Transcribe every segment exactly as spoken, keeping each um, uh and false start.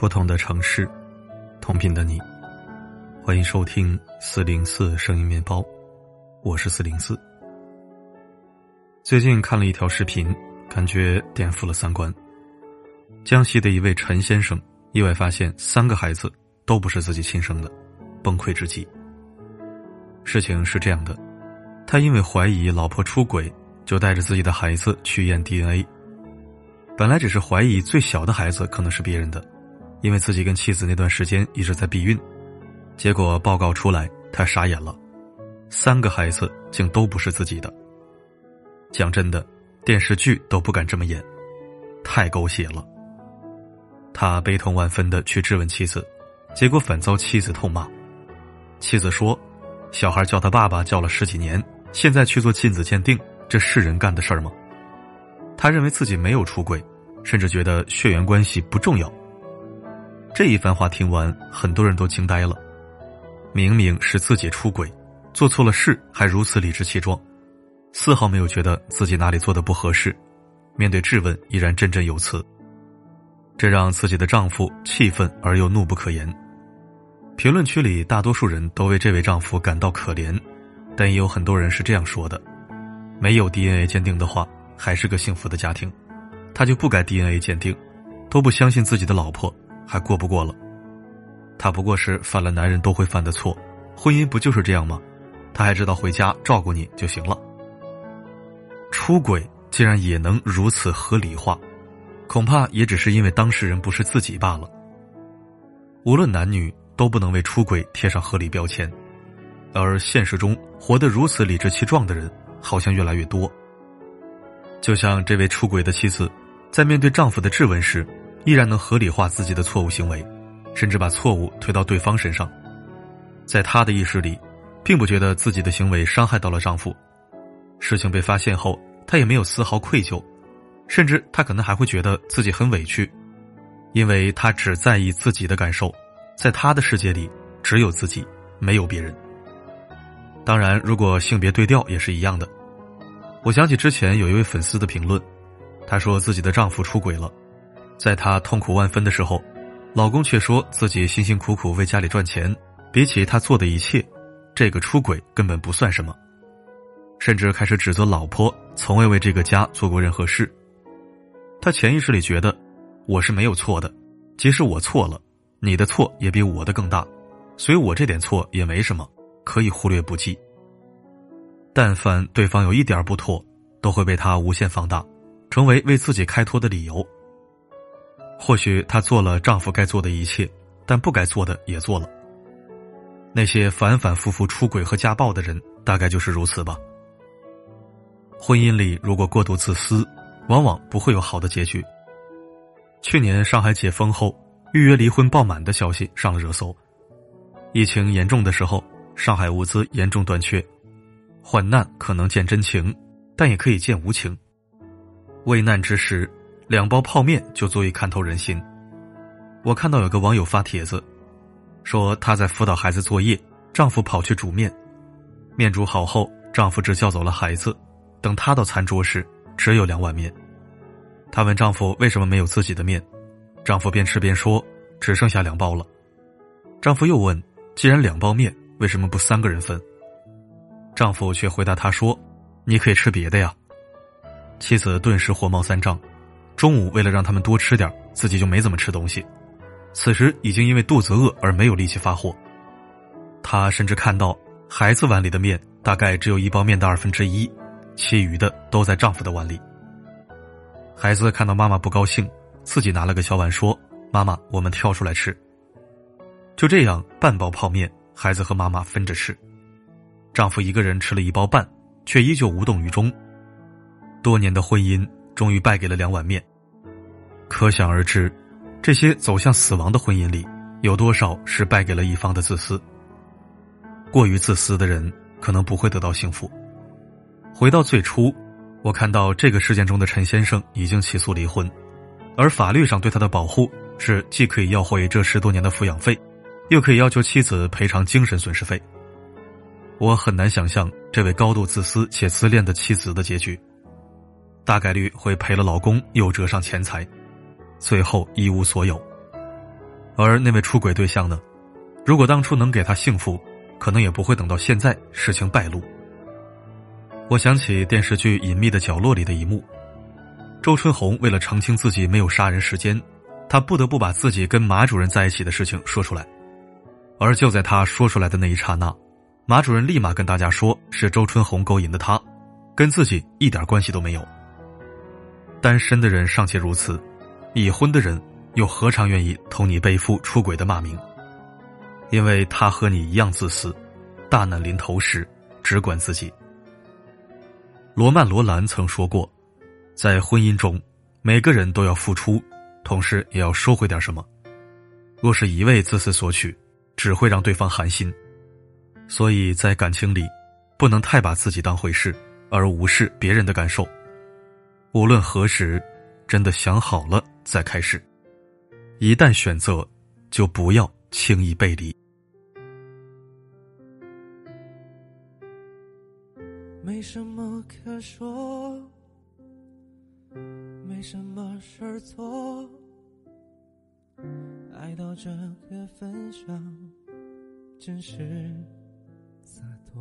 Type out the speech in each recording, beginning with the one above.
不同的城市，同频的你，欢迎收听四零四声音面包，我是四零四。最近看了一条视频，感觉颠覆了三观。江西的一位陈先生意外发现三个孩子都不是自己亲生的，崩溃至极。事情是这样的，他因为怀疑老婆出轨，就带着自己的孩子去验 D N A。 本来只是怀疑最小的孩子可能是别人的，因为自己跟妻子那段时间一直在避孕。结果报告出来，他傻眼了，三个孩子竟都不是自己的。讲真的，电视剧都不敢这么演，太狗血了。他悲痛万分地去质问妻子，结果反遭妻子痛骂。妻子说，小孩叫他爸爸叫了十几年，现在去做亲子鉴定，这是人干的事儿吗？他认为自己没有出轨，甚至觉得血缘关系不重要。这一番话听完，很多人都惊呆了。明明是自己出轨，做错了事还如此理直气壮，丝毫没有觉得自己哪里做的不合适，面对质问依然振振有词。这让自己的丈夫气愤而又怒不可言。评论区里大多数人都为这位丈夫感到可怜，但也有很多人是这样说的，没有 D N A 鉴定的话还是个幸福的家庭，他就不该 D N A 鉴定，都不相信自己的老婆，还过不过了。他不过是犯了男人都会犯的错，婚姻不就是这样吗？他还知道回家照顾你就行了。出轨竟然也能如此合理化，恐怕也只是因为当事人不是自己罢了。无论男女都不能为出轨贴上合理标签，而现实中活得如此理直气壮的人好像越来越多。就像这位出轨的妻子，在面对丈夫的质问时，依然能合理化自己的错误行为，甚至把错误推到对方身上。在她的意识里，并不觉得自己的行为伤害到了丈夫。事情被发现后，她也没有丝毫愧疚，甚至她可能还会觉得自己很委屈，因为她只在意自己的感受，在她的世界里只有自己，没有别人。当然，如果性别对调也是一样的。我想起之前有一位粉丝的评论，她说自己的丈夫出轨了，在她痛苦万分的时候，老公却说自己辛辛苦苦为家里赚钱，比起他做的一切，这个出轨根本不算什么，甚至开始指责老婆从未为这个家做过任何事。他潜意识里觉得，我是没有错的，即使我错了，你的错也比我的更大，所以我这点错也没什么，可以忽略不计。但凡对方有一点不妥，都会被他无限放大，成为为自己开脱的理由。或许她做了丈夫该做的一切，但不该做的也做了。那些反反复复出轨和家暴的人，大概就是如此吧。婚姻里如果过度自私，往往不会有好的结局。去年上海解封后，预约离婚爆满的消息上了热搜。疫情严重的时候，上海物资严重短缺，患难可能见真情，但也可以见无情。危难之时，两包泡面就足以看透人心。我看到有个网友发帖子，说她在辅导孩子作业，丈夫跑去煮面，面煮好后，丈夫只叫走了孩子，等她到餐桌时，只有两碗面。她问丈夫为什么没有自己的面，丈夫边吃边说，只剩下两包了。丈夫又问，既然两包面，为什么不三个人分？丈夫却回答她说，你可以吃别的呀。妻子顿时火冒三丈，中午为了让他们多吃点，自己就没怎么吃东西，此时已经因为肚子饿而没有力气发火。她甚至看到孩子碗里的面大概只有一包面的二分之一，其余的都在丈夫的碗里。孩子看到妈妈不高兴，自己拿了个小碗说，妈妈，我们挑出来吃。就这样，半包泡面孩子和妈妈分着吃，丈夫一个人吃了一包半，却依旧无动于衷。多年的婚姻终于败给了两碗面。可想而知，这些走向死亡的婚姻里，有多少是败给了一方的自私。过于自私的人可能不会得到幸福。回到最初，我看到这个事件中的陈先生已经起诉离婚，而法律上对他的保护是既可以要回这十多年的抚养费，又可以要求妻子赔偿精神损失费。我很难想象这位高度自私且自恋的妻子的结局，大概率会赔了老公又折上钱财，最后一无所有。 而那位出轨对象呢，如果当初能给他幸福，可能也不会等到现在事情败露。我想起电视剧《隐秘的角落》里的一幕，周春红为了澄清自己没有杀人时间，她不得不把自己跟马主任在一起的事情说出来。而就在她说出来的那一刹那，马主任立马跟大家说是周春红勾引的他，跟自己一点关系都没有。单身的人尚且如此，已婚的人又何尝愿意同你背负出轨的骂名？因为他和你一样自私，大难临头时只管自己。罗曼·罗兰曾说过，在婚姻中，每个人都要付出，同时也要收回点什么。若是一味自私索取，只会让对方寒心。所以在感情里，不能太把自己当回事，而无视别人的感受。无论何时，真的想好了再开始。一旦选择，就不要轻易背离。 没什么可说，没什么事儿做，爱到这个份上，真是洒脱。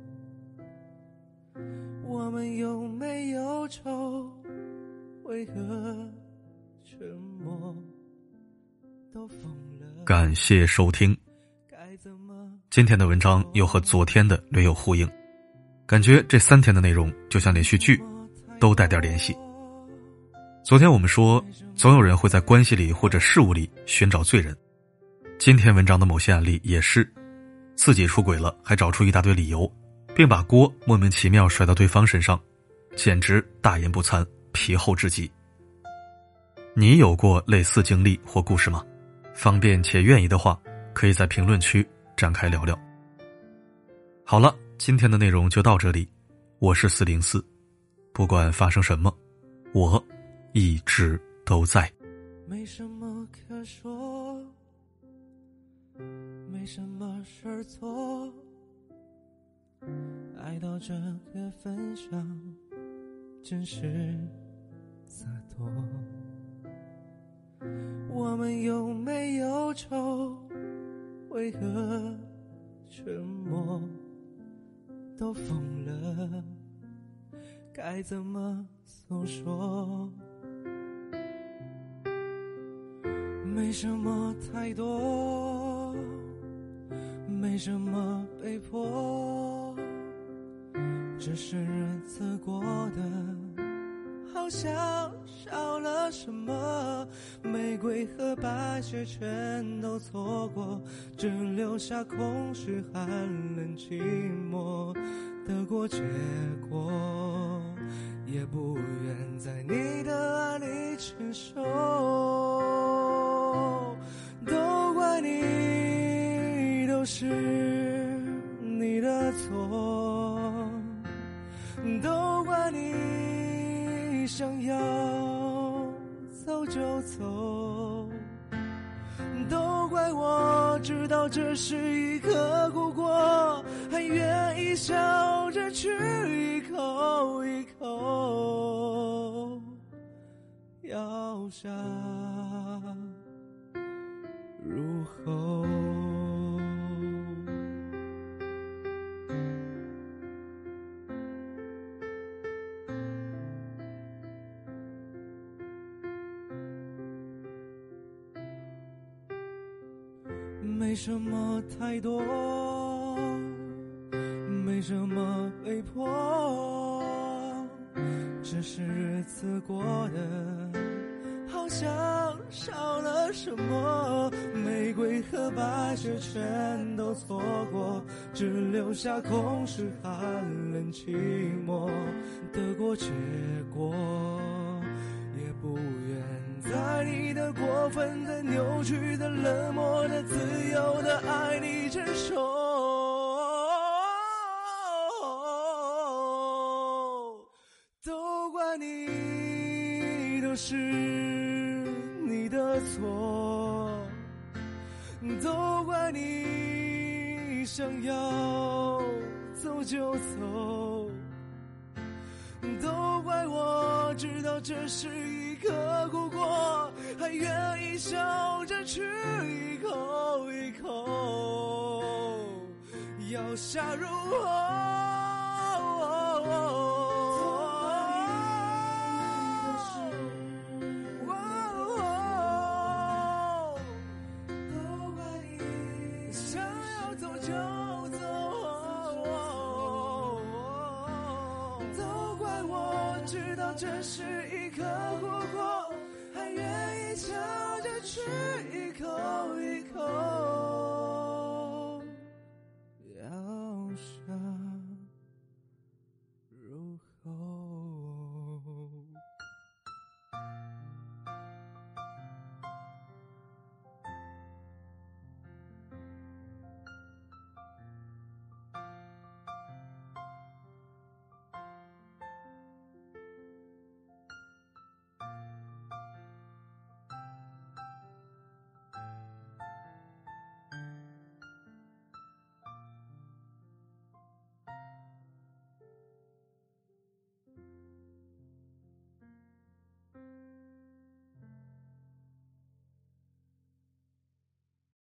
我们有没有愁？为何沉默都疯了？ 感谢收听。今天的文章又和昨天的略有呼应，感觉这三天的内容就像连续剧，都带点联系。昨天我们说，总有人会在关系里或者事物里寻找罪人。今天文章的某些案例也是，自己出轨了，还找出一大堆理由，并把锅莫名其妙甩到对方身上，简直大言不惭，皮厚至极。你有过类似经历或故事吗？方便且愿意的话，可以在评论区展开聊聊。好了，今天的内容就到这里，我是四零四，不管发生什么，我一直都在。 没什么可说，没什么事儿做，爱到这个份上，真是洒脱。我们有没有愁？为何沉默都疯了？该怎么诉说？没什么太多，没什么被迫，只是日子过得好像少了什么，玫瑰和白雪全都错过，只留下空虚寒冷寂寞。得过且过，也不愿在你的爱里承受，都怪你，都是你的错，都怪你想要走就走，都怪我知道这是一个苦果，还愿意笑着去一口一口咬下入喉。没什么太多，没什么被迫，只是日子过得好像少了什么，玫瑰和白雪全都错过，只留下空虚寒冷寂寞。得过且过，也不愿在你的过分的扭曲的冷漠的自由的爱里承受，都怪你，都是你的错，都怪你想要走就走，都怪我知道这是一个苦果，还愿意笑着去下如何？想要走就走，都怪我知道这是一颗